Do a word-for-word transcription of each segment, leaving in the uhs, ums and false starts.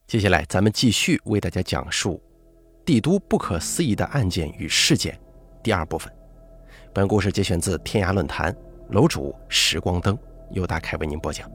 接下来咱们继续为大家讲述帝都不可思议的案件与事件第二部分。本故事节选自天涯论坛，楼主时光灯，由大凯为您播讲。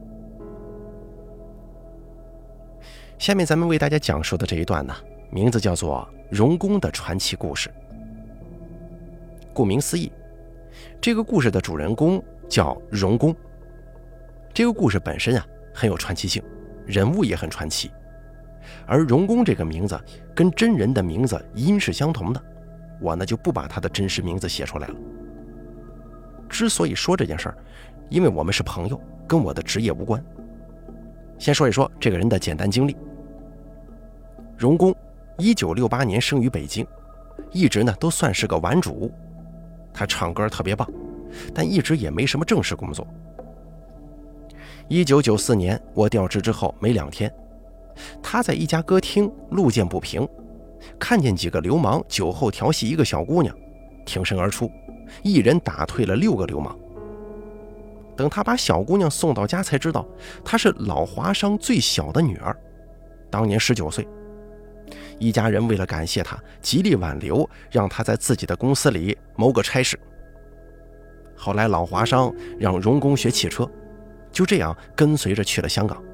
下面咱们为大家讲述的这一段呢，名字叫做荣公的传奇故事。顾名思义，这个故事的主人公叫荣公。这个故事本身啊很有传奇性，人物也很传奇。而荣公这个名字跟真人的名字音是相同的，我呢就不把他的真实名字写出来了。之所以说这件事儿，因为我们是朋友，跟我的职业无关。先说一说这个人的简单经历。荣公一九六八年生于北京，一直呢都算是个玩主。他唱歌特别棒，但一直也没什么正式工作。一九九四年我调职之后没两天，他在一家歌厅路见不平，看见几个流氓酒后调戏一个小姑娘，挺身而出，一人打退了六个流氓。等他把小姑娘送到家才知道，她是老华商最小的女儿，当年十九岁。一家人为了感谢他，极力挽留，让他在自己的公司里谋个差事。后来老华商让荣公学汽车，就这样跟随着去了香港。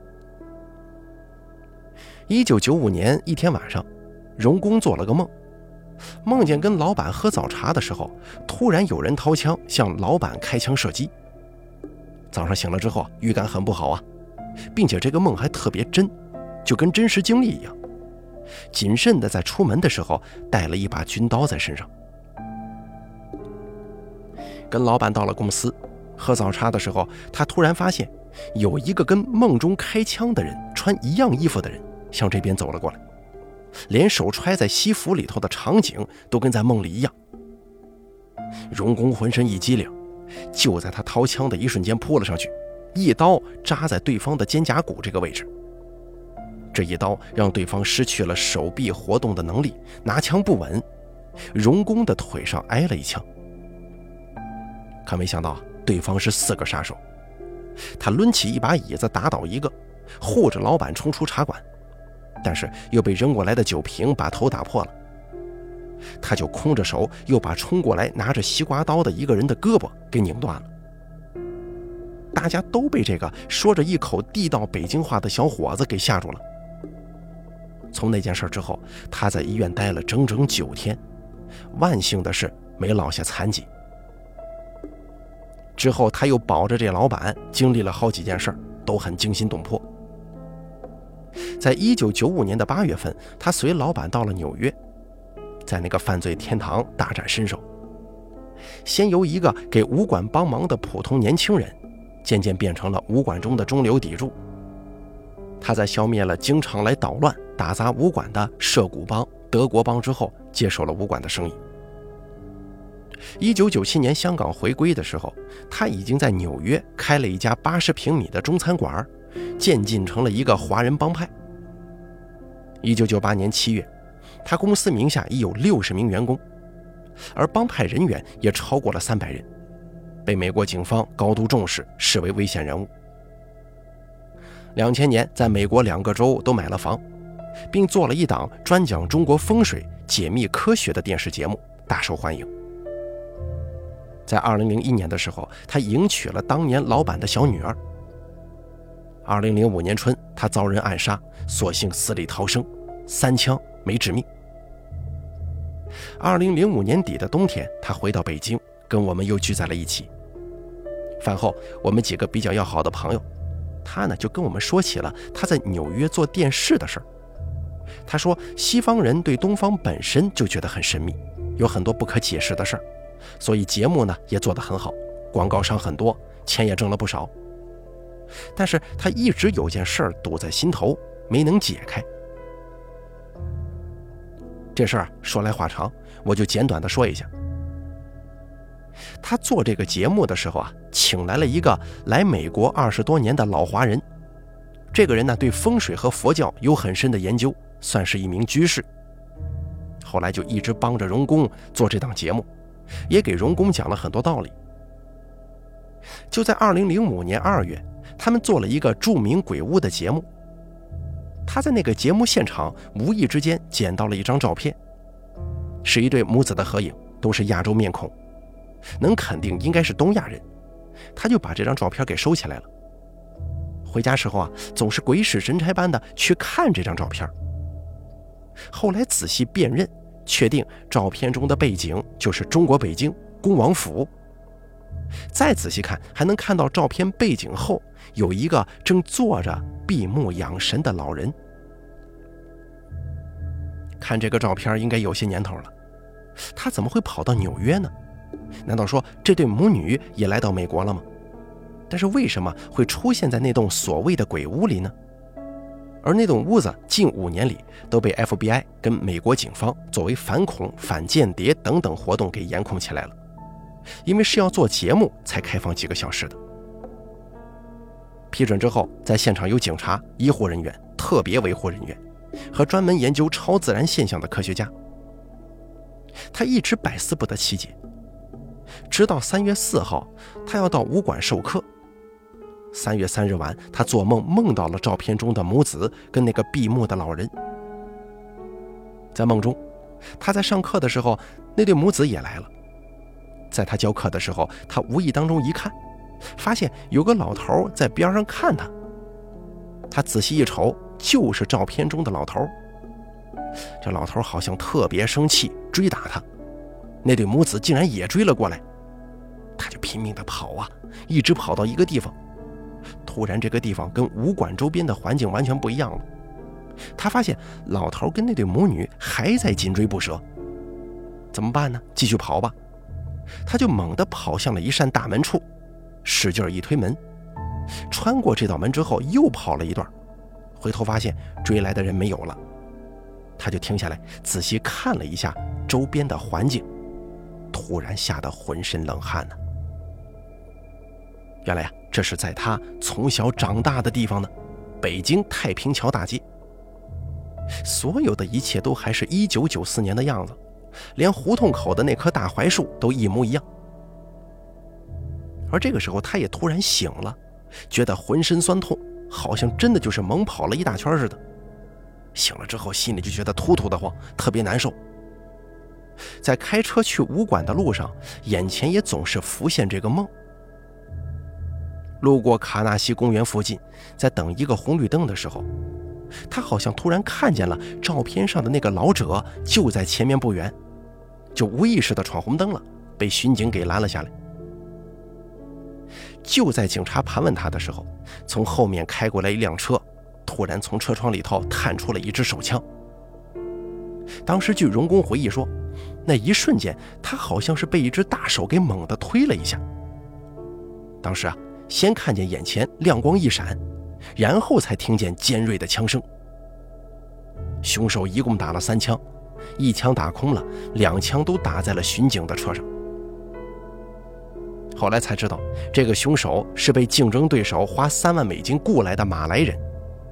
一九九五年一天晚上，荣公做了个梦，梦见跟老板喝早茶的时候，突然有人掏枪向老板开枪射击。早上醒了之后，预感很不好啊，并且这个梦还特别真，就跟真实经历一样。谨慎地在出门的时候带了一把军刀在身上。跟老板到了公司，喝早茶的时候，他突然发现有一个跟梦中开枪的人穿一样衣服的人向这边走了过来，连手揣在西服里头的场景都跟在梦里一样。荣公浑身一激灵，就在他掏枪的一瞬间扑了上去，一刀扎在对方的肩胛骨这个位置。这一刀让对方失去了手臂活动的能力，拿枪不稳，荣公的腿上挨了一枪。可没想到对方是四个杀手，他抡起一把椅子打倒一个，护着老板冲出茶馆，但是又被扔过来的酒瓶把头打破了。他就空着手又把冲过来拿着西瓜刀的一个人的胳膊给拧断了。大家都被这个说着一口地道北京话的小伙子给吓住了。从那件事之后，他在医院待了整整九天，万幸的是没落下残疾。之后他又保着这老板经历了好几件事，都很惊心动魄。在一九九五年的八月份，他随老板到了纽约，在那个犯罪天堂大展身手。先由一个给武馆帮忙的普通年轻人，渐渐变成了武馆中的中流砥柱。他在消灭了经常来捣乱打砸武馆的涉谷帮、德国帮之后，接手了武馆的生意。一九九七年香港回归的时候，他已经在纽约开了一家八十平米的中餐馆，渐进成了一个华人帮派。一九九八年七月，他公司名下已有六十名员工，而帮派人员也超过了三百人，被美国警方高度重视，视为危险人物。两千年在美国两个州都买了房，并做了一档专讲中国风水、解密科学的电视节目，大受欢迎。在二零零一年的时候，他迎娶了当年老板的小女儿。二零零五年春，他遭人暗杀，所幸死里逃生，三枪没致命。二零零五年底的冬天，他回到北京，跟我们又聚在了一起。饭后，我们几个比较要好的朋友，他呢就跟我们说起了他在纽约做电视的事儿。他说西方人对东方本身就觉得很神秘，有很多不可解释的事儿，所以节目呢也做得很好，广告商很多，钱也挣了不少。但是他一直有件事儿堵在心头，没能解开。这事儿说来话长，我就简短的说一下。他做这个节目的时候啊，请来了一个来美国二十多年的老华人。这个人呢，对风水和佛教有很深的研究，算是一名居士。后来就一直帮着荣公做这档节目，也给荣公讲了很多道理。就在二零零五年二月，他们做了一个著名鬼屋的节目。 他在那个节目现场无意之间捡到了一张照片，是一对母子的合影，都是亚洲面孔，能肯定应该是东亚人。他就把这张照片给收起来了。回家时候啊，总是鬼使神差般的去看这张照片。后来仔细辨认，确定照片中的背景就是中国北京恭王府。再仔细看，还能看到照片背景后有一个正坐着闭目养神的老人。看这个照片应该有些年头了，他怎么会跑到纽约呢？难道说这对母女也来到美国了吗？但是为什么会出现在那栋所谓的鬼屋里呢？而那栋屋子近五年里都被 F B I 跟美国警方作为反恐、反间谍等等活动给严控起来了，因为是要做节目才开放几个小时的。批准之后，在现场有警察、医护人员、特别维护人员和专门研究超自然现象的科学家。他一直百思不得其解，直到三月四号，他要到武馆授课。三月三日晚，他做梦梦到了照片中的母子跟那个闭目的老人。在梦中，他在上课的时候，那对母子也来了。在他教课的时候，他无意当中一看，发现有个老头在边上看他。他仔细一瞅，就是照片中的老头。这老头好像特别生气，追打他。那对母子竟然也追了过来，他就拼命地跑啊，一直跑到一个地方。突然这个地方跟武馆周边的环境完全不一样了，他发现老头跟那对母女还在紧追不舍。怎么办呢？继续跑吧。他就猛地跑向了一扇大门处，使劲一推门，穿过这道门之后又跑了一段，回头发现追来的人没有了。他就停下来仔细看了一下周边的环境，突然吓得浑身冷汗呢。原来呀、啊，这是在他从小长大的地方呢，北京太平桥大街。所有的一切都还是一九九四年的样子，连胡同口的那棵大槐树都一模一样。而这个时候他也突然醒了，觉得浑身酸痛，好像真的就是猛跑了一大圈似的。醒了之后心里就觉得突突的慌，特别难受。在开车去武馆的路上，眼前也总是浮现这个梦。路过卡纳西公园附近，在等一个红绿灯的时候，他好像突然看见了照片上的那个老者就在前面不远，就无意识地闯红灯了，被巡警给拦了下来。就在警察盘问他的时候，从后面开过来一辆车，突然从车窗里头探出了一支手枪。当时据荣公回忆说，那一瞬间他好像是被一只大手给猛地推了一下。当时啊，先看见眼前亮光一闪，然后才听见尖锐的枪声。凶手一共打了三枪，一枪打空了，两枪都打在了巡警的车上。后来才知道，这个凶手是被竞争对手花三万美金雇来的马来人。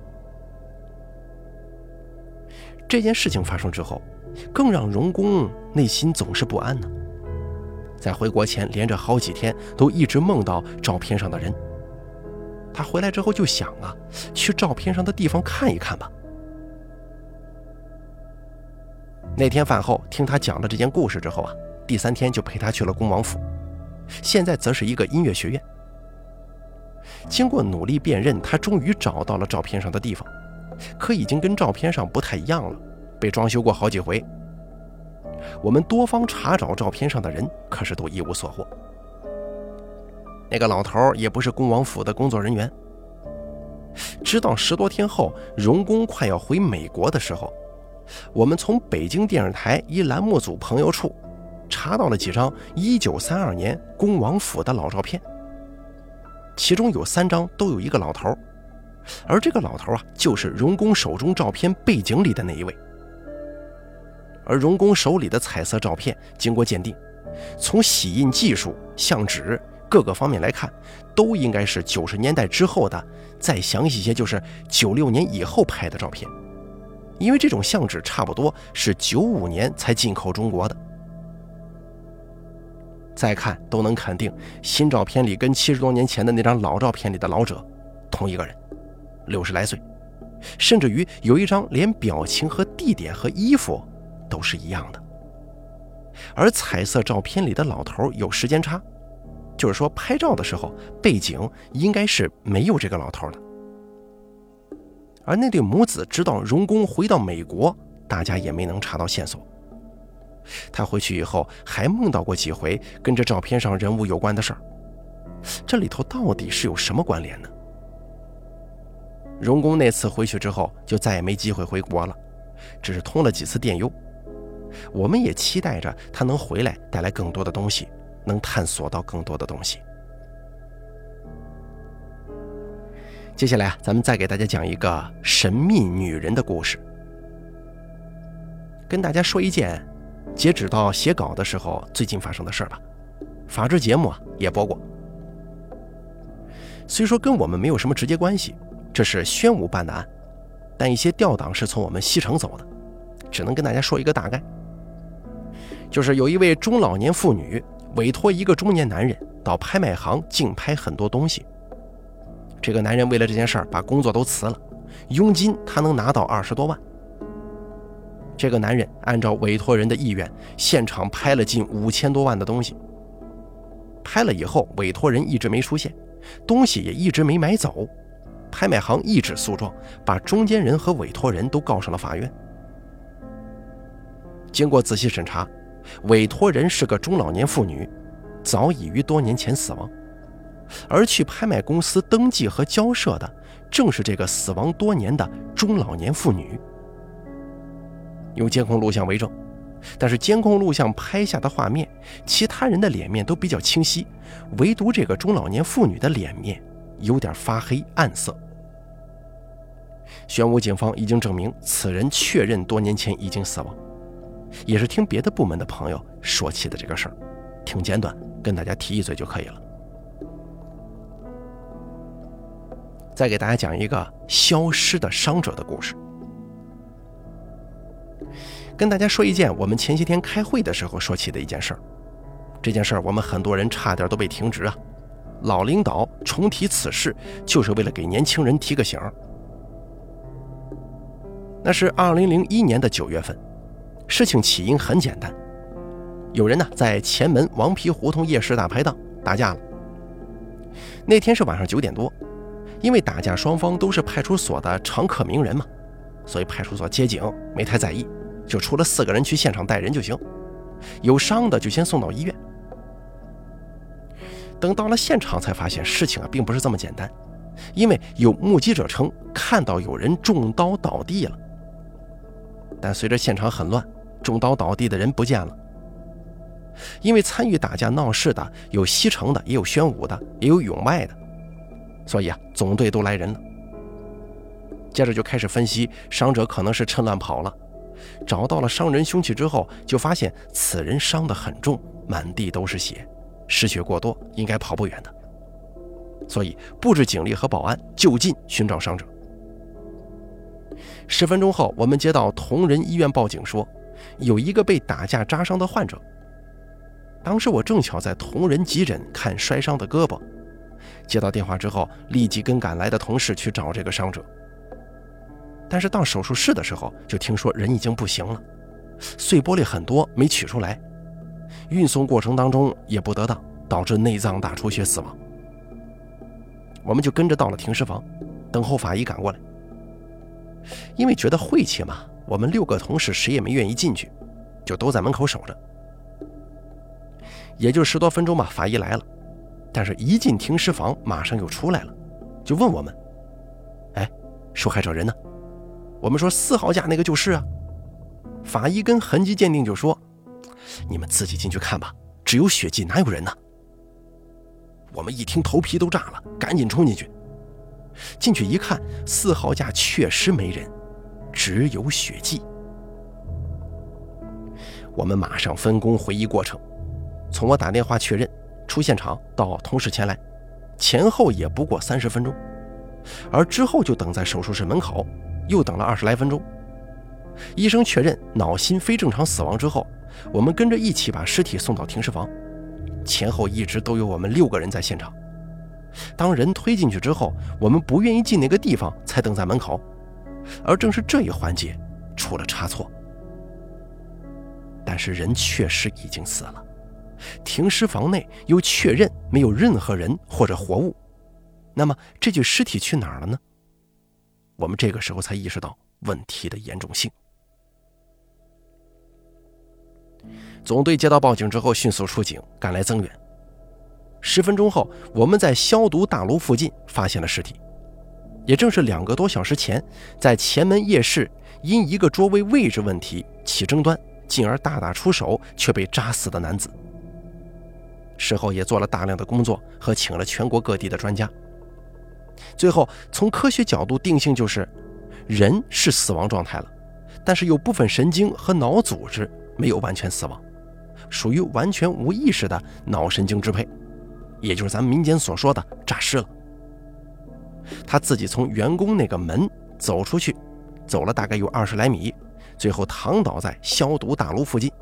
这件事情发生之后，更让荣公内心总是不安呢。在回国前连着好几天都一直梦到照片上的人。他回来之后就想啊，去照片上的地方看一看吧。那天饭后听他讲了这件故事之后啊，第三天就陪他去了恭王府，现在则是一个音乐学院。经过努力辨认，他终于找到了照片上的地方，可已经跟照片上不太一样了，被装修过好几回。我们多方查找照片上的人，可是都一无所获。那个老头也不是恭王府的工作人员。直到十多天后，荣公快要回美国的时候，我们从北京电视台一栏目组朋友处查到了几张一九三二年恭王府的老照片，其中有三张都有一个老头，而这个老头啊，就是荣公手中照片背景里的那一位。而荣公手里的彩色照片经过鉴定，从洗印技术、相纸各个方面来看，都应该是九十年代之后的，再详细些就是九六年以后拍的照片，因为这种相纸差不多是九五年才进口中国的。再看都能肯定，新照片里跟七十多年前的那张老照片里的老者同一个人，六十来岁， 甚至于有一张连表情和地点和衣服都是一样的。而彩色照片里的老头有时间差，就是说拍照的时候背景应该是没有这个老头的。而那对母子直到荣公回到美国，大家也没能查到线索。他回去以后还梦到过几回跟这照片上人物有关的事儿，这里头到底是有什么关联呢？荣公那次回去之后就再也没机会回国了，只是通了几次电邮。我们也期待着他能回来带来更多的东西，能探索到更多的东西。接下来啊，咱们再给大家讲一个神秘女人的故事。跟大家说一件截止到写稿的时候最近发生的事儿吧，法制节目啊也播过。虽说跟我们没有什么直接关系，这是宣武办的案，但一些调档是从我们西城走的，只能跟大家说一个大概。就是有一位中老年妇女委托一个中年男人到拍卖行竞拍很多东西，这个男人为了这件事儿把工作都辞了，佣金他能拿到二十多万。这个男人按照委托人的意愿，现场拍了近五千多万的东西。拍了以后，委托人一直没出现，东西也一直没买走，拍卖行一纸诉状，把中间人和委托人都告上了法院。经过仔细审查，委托人是个中老年妇女，早已于多年前死亡，而去拍卖公司登记和交涉的正是这个死亡多年的中老年妇女。用监控录像为证，但是监控录像拍下的画面，其他人的脸面都比较清晰，唯独这个中老年妇女的脸面有点发黑暗色。宣武警方已经证明此人确认多年前已经死亡，也是听别的部门的朋友说起的这个事儿，挺简短，跟大家提一嘴就可以了。再给大家讲一个消失的伤者的故事。跟大家说一件我们前些天开会的时候说起的一件事儿。这件事儿我们很多人差点都被停职啊，老领导重提此事就是为了给年轻人提个醒。那是二零零一年的九月份，事情起因很简单，有人呢在前门王皮胡同夜市大排档打架了。那天是晚上九点多，因为打架双方都是派出所的常客名人嘛，所以派出所接警没太在意，就除了四个人去现场带人就行，有伤的就先送到医院。等到了现场才发现事情啊并不是这么简单，因为有目击者称看到有人中刀倒地了，但随着现场很乱，中刀倒地的人不见了。因为参与打架闹事的有西城的，也有宣武的，也有永外的，所以啊总队都来人了。接着就开始分析伤者可能是趁乱跑了，找到了伤人凶器之后，就发现此人伤得很重，满地都是血，失血过多，应该跑不远的，所以布置警力和保安就近寻找伤者。十分钟后，我们接到同仁医院报警说有一个被打架扎伤的患者。当时我正巧在同仁急诊看摔伤的胳膊，接到电话之后立即跟赶来的同事去找这个伤者。但是到手术室的时候就听说人已经不行了，碎玻璃很多没取出来，运送过程当中也不得当，导致内脏大出血死亡。我们就跟着到了停尸房，等候法医赶过来。因为觉得晦气嘛，我们六个同事谁也没愿意进去，就都在门口守着。也就十多分钟吧，法医来了，但是一进停尸房马上又出来了，就问我们：哎，受害者人呢？我们说四号架那个就是啊。法医跟痕迹鉴定就说：你们自己进去看吧，只有血迹哪有人呢？我们一听头皮都炸了，赶紧冲进去。进去一看，四号架确实没人，只有血迹。我们马上分工回忆过程，从我打电话确认出现场到同事前来，前后也不过三十分钟，而之后就等在手术室门口，又等了二十来分钟。医生确认脑心非正常死亡之后，我们跟着一起把尸体送到停尸房，前后一直都有我们六个人在现场。当人推进去之后，我们不愿意进那个地方，才等在门口， 而正是这一环节出了差错。但是人确实已经死了，停尸房内又确认没有任何人或者活物，那么这具尸体去哪儿了呢？我们这个时候才意识到问题的严重性。总队接到报警之后迅速出警赶来增援。十分钟后，我们在消毒大楼附近发现了尸体，也正是两个多小时前在前门夜市因一个桌位位置问题起争端，进而大打出手却被扎死的男子。事后也做了大量的工作和请了全国各地的专家，最后从科学角度定性就是人是死亡状态了，但是有部分神经和脑组织没有完全死亡，属于完全无意识的脑神经支配，也就是咱们民间所说的诈尸了。他自己从员工那个门走出去，走了大概有二十来米，最后躺倒在消毒大楼附近。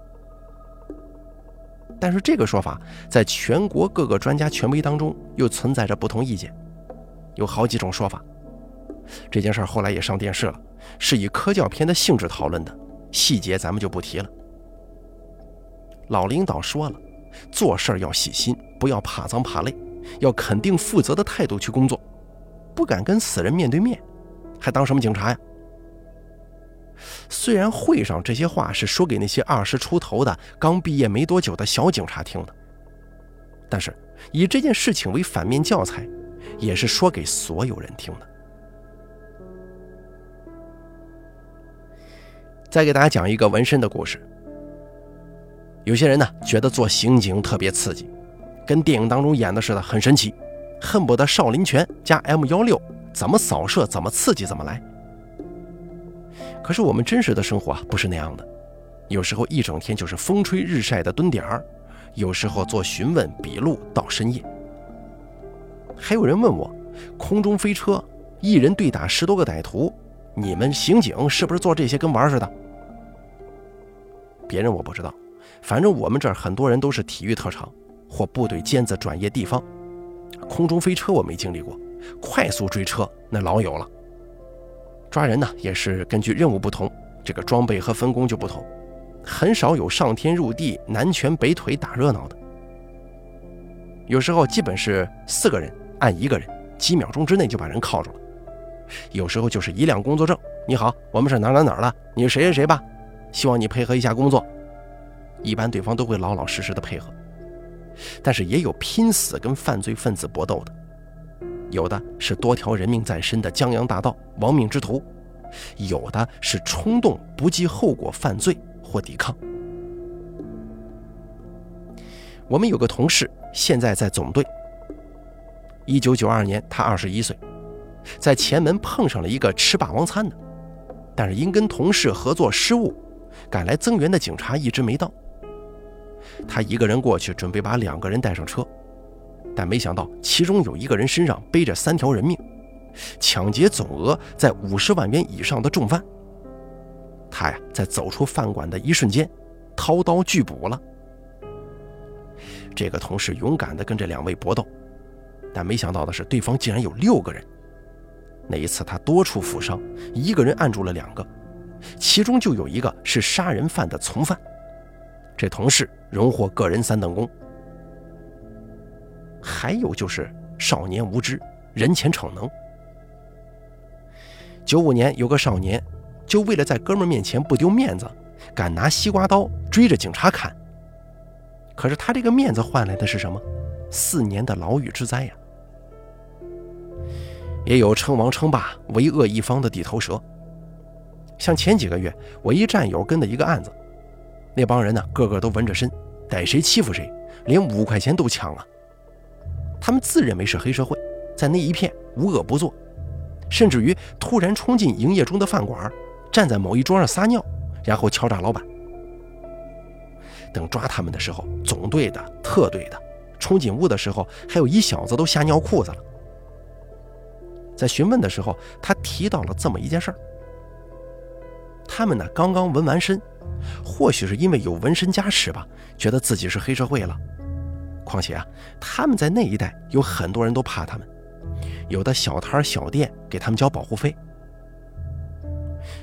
但是这个说法在全国各个专家权威当中又存在着不同意见，有好几种说法。这件事后来也上电视了，是以科教片的性质讨论的，细节咱们就不提了。老领导说了，做事要细心，不要怕脏怕累，要肯定负责的态度去工作，不敢跟死人面对面，还当什么警察呀？虽然会上这些话是说给那些二十出头的刚毕业没多久的小警察听的，但是以这件事情为反面教材，也是说给所有人听的。再给大家讲一个纹身的故事。有些人呢觉得做刑警特别刺激，跟电影当中演的似的，很神奇，恨不得少林拳加 M 十六， 怎么扫射怎么刺激怎么来。可是我们真实的生活啊不是那样的，有时候一整天就是风吹日晒的蹲点儿，有时候做询问笔录到深夜。还有人问我，空中飞车一人对打十多个歹徒，你们刑警是不是做这些跟玩似的？别人我不知道，反正我们这儿很多人都是体育特长或部队尖子转业地方。空中飞车我没经历过，快速追车那老有了。抓人呢也是根据任务不同，这个装备和分工就不同，很少有上天入地南拳北腿打热闹的。有时候基本是四个人按一个人，几秒钟之内就把人铐住了。有时候就是一辆工作证，你好，我们是哪哪哪儿的，你是谁谁谁吧，希望你配合一下工作。一般对方都会老老实实的配合，但是也有拼死跟犯罪分子搏斗的，有的是多条人命在身的江洋大盗亡命之徒，有的是冲动不计后果犯罪或抵抗。我们有个同事现在在总队，一九九二年他二十一岁，在前门碰上了一个吃霸王餐的，但是因跟同事合作失误，赶来增援的警察一直没到。他一个人过去准备把两个人带上车，但没想到其中有一个人身上背着三条人命，抢劫总额在五十万元以上的重犯。他呀在走出饭馆的一瞬间掏刀拒捕了。这个同事勇敢地跟这两位搏斗，但没想到的是对方竟然有六个人。那一次他多处负伤，一个人按住了两个，其中就有一个是杀人犯的从犯。这同事荣获个人三等功。还有就是少年无知，人前逞能。九五年有个少年就为了在哥们面前不丢面子，敢拿西瓜刀追着警察砍。可是他这个面子换来的是什么？四年的牢狱之灾呀。也有称王称霸为恶一方的地头蛇。像前几个月我一战友跟的一个案子，那帮人呢个个都纹着身，逮谁欺负谁，连五块钱都抢啊。他们自认为是黑社会，在那一片无恶不作，甚至于突然冲进营业中的饭馆，站在某一桌上撒尿，然后敲诈老板。等抓他们的时候，总队的、特队的冲进屋的时候，还有一小子都吓尿裤子了。在询问的时候，他提到了这么一件事儿。他们呢刚刚纹完身，或许是因为有纹身加持吧，觉得自己是黑社会了。况且啊，他们在那一带有很多人都怕他们，有的小摊小店给他们交保护费。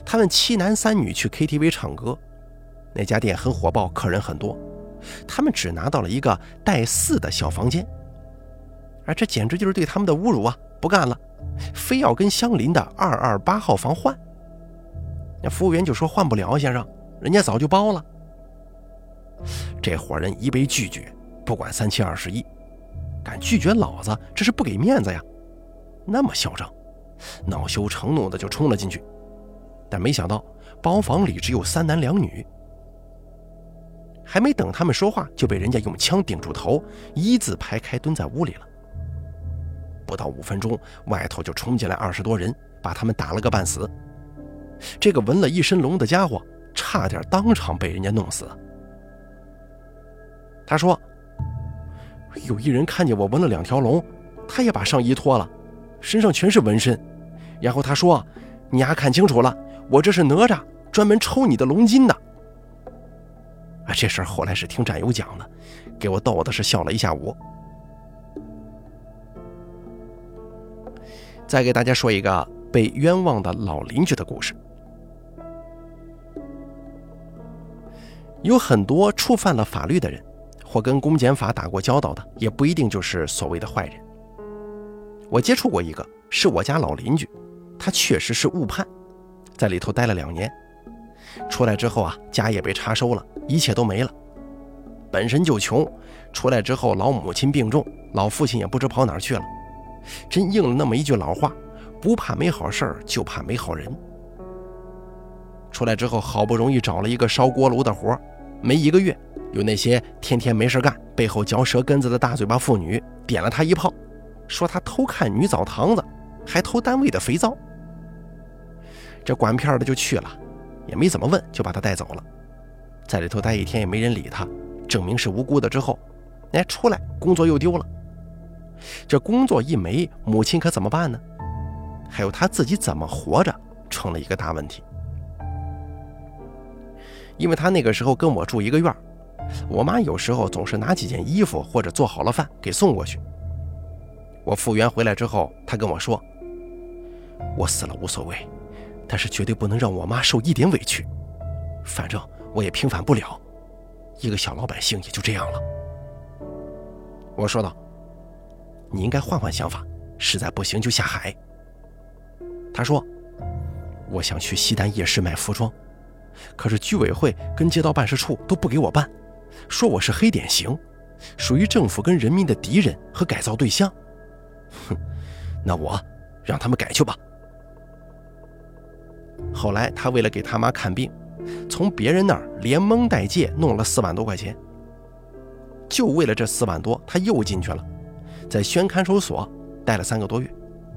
他们七男三女去 K T V 唱歌，那家店很火爆，客人很多，他们只拿到了一个带四的小房间，而这简直就是对他们的侮辱啊！不干了，非要跟相邻的二二八号房换。那服务员就说换不了，先生，人家早就包了。这伙人一被拒绝，不管三七二十一，敢拒绝老子，这是不给面子呀！那么嚣张，恼羞成怒的就冲了进去，但没想到包房里只有三男两女，还没等他们说话，就被人家用枪顶住头，一字排开蹲在屋里了。不到五分钟，外头就冲进来二十多人，把他们打了个半死。这个纹了一身龙的家伙，差点当场被人家弄死。他说，有一人看见我纹了两条龙，他也把上衣脱了，身上全是纹身，然后他说，你丫看清楚了，我这是哪吒，专门抽你的龙筋的。啊，这事儿后来是听战友讲的，给我逗的是笑了一下午。再给大家说一个被冤枉的老邻居的故事。有很多触犯了法律的人，或跟公检法打过交道的，也不一定就是所谓的坏人。我接触过一个，是我家老邻居，他确实是误判，在里头待了两年，出来之后啊，家也被查收了，一切都没了。本身就穷，出来之后老母亲病重，老父亲也不知跑哪儿去了。真应了那么一句老话，不怕没好事儿，就怕没好人。出来之后好不容易找了一个烧锅炉的活，没一个月，有那些天天没事干背后嚼舌根子的大嘴巴妇女点了他一炮，说他偷看女澡堂子，还偷单位的肥皂。这管片的就去了，也没怎么问，就把他带走了。在里头待一天也没人理他，证明是无辜的之后，哎，出来工作又丢了。这工作一没，母亲可怎么办呢？还有他自己怎么活着，成了一个大问题。因为他那个时候跟我住一个院，我妈有时候总是拿几件衣服或者做好了饭给送过去。我复员回来之后，他跟我说，我死了无所谓，但是绝对不能让我妈受一点委屈，反正我也平反不了，一个小老百姓也就这样了。我说道，你应该换换想法，实在不行就下海。他说，我想去西单夜市卖服装，可是居委会跟街道办事处都不给我办，说我是黑典型，属于政府跟人民的敌人和改造对象。哼，那我让他们改去吧。后来他为了给他妈看病，从别人那儿连蒙带借弄了四万多块钱，就为了这四万多，他又进去了，在宣看守所待了三个多月。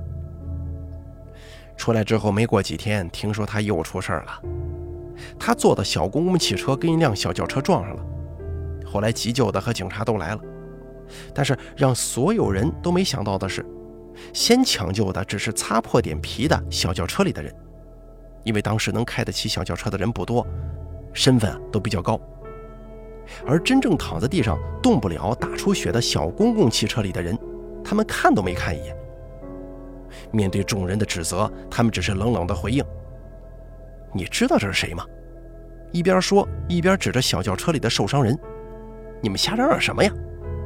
出来之后没过几天，听说他又出事了，他坐的小公共汽车跟一辆小轿车撞上了，后来急救的和警察都来了，但是让所有人都没想到的是，先抢救的只是擦破点皮的小轿车里的人，因为当时能开得起小轿车的人不多，身份都比较高，而真正躺在地上动不了打出血的小公共汽车里的人，他们看都没看一眼。面对众人的指责，他们只是冷冷的回应，你知道这是谁吗？一边说一边指着小轿车里的受伤人，你们瞎嚷嚷什么呀？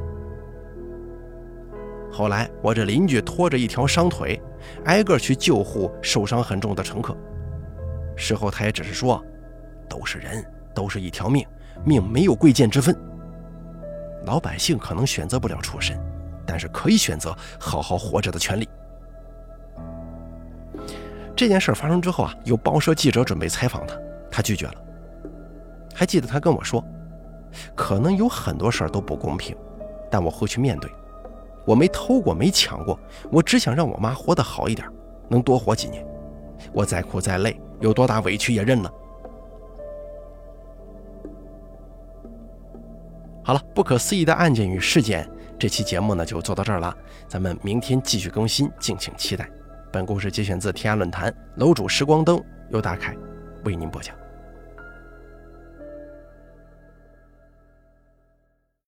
后来我这邻居拖着一条伤腿，挨个去救护受伤很重的乘客，事后他也只是说，都是人，都是一条命，命没有贵贱之分，老百姓可能选择不了出身，但是可以选择好好活着的权利。这件事发生之后啊，有报社记者准备采访他，他拒绝了。还记得他跟我说，可能有很多事儿都不公平，但我会去面对。我没偷过，没抢过，我只想让我妈活得好一点，能多活几年。我再苦再累，有多大委屈也认了。好了，不可思议的案件与事件，这期节目呢就做到这儿了，咱们明天继续更新，敬请期待。本故事节选自天涯论坛，楼主时光灯由大凯为您播讲。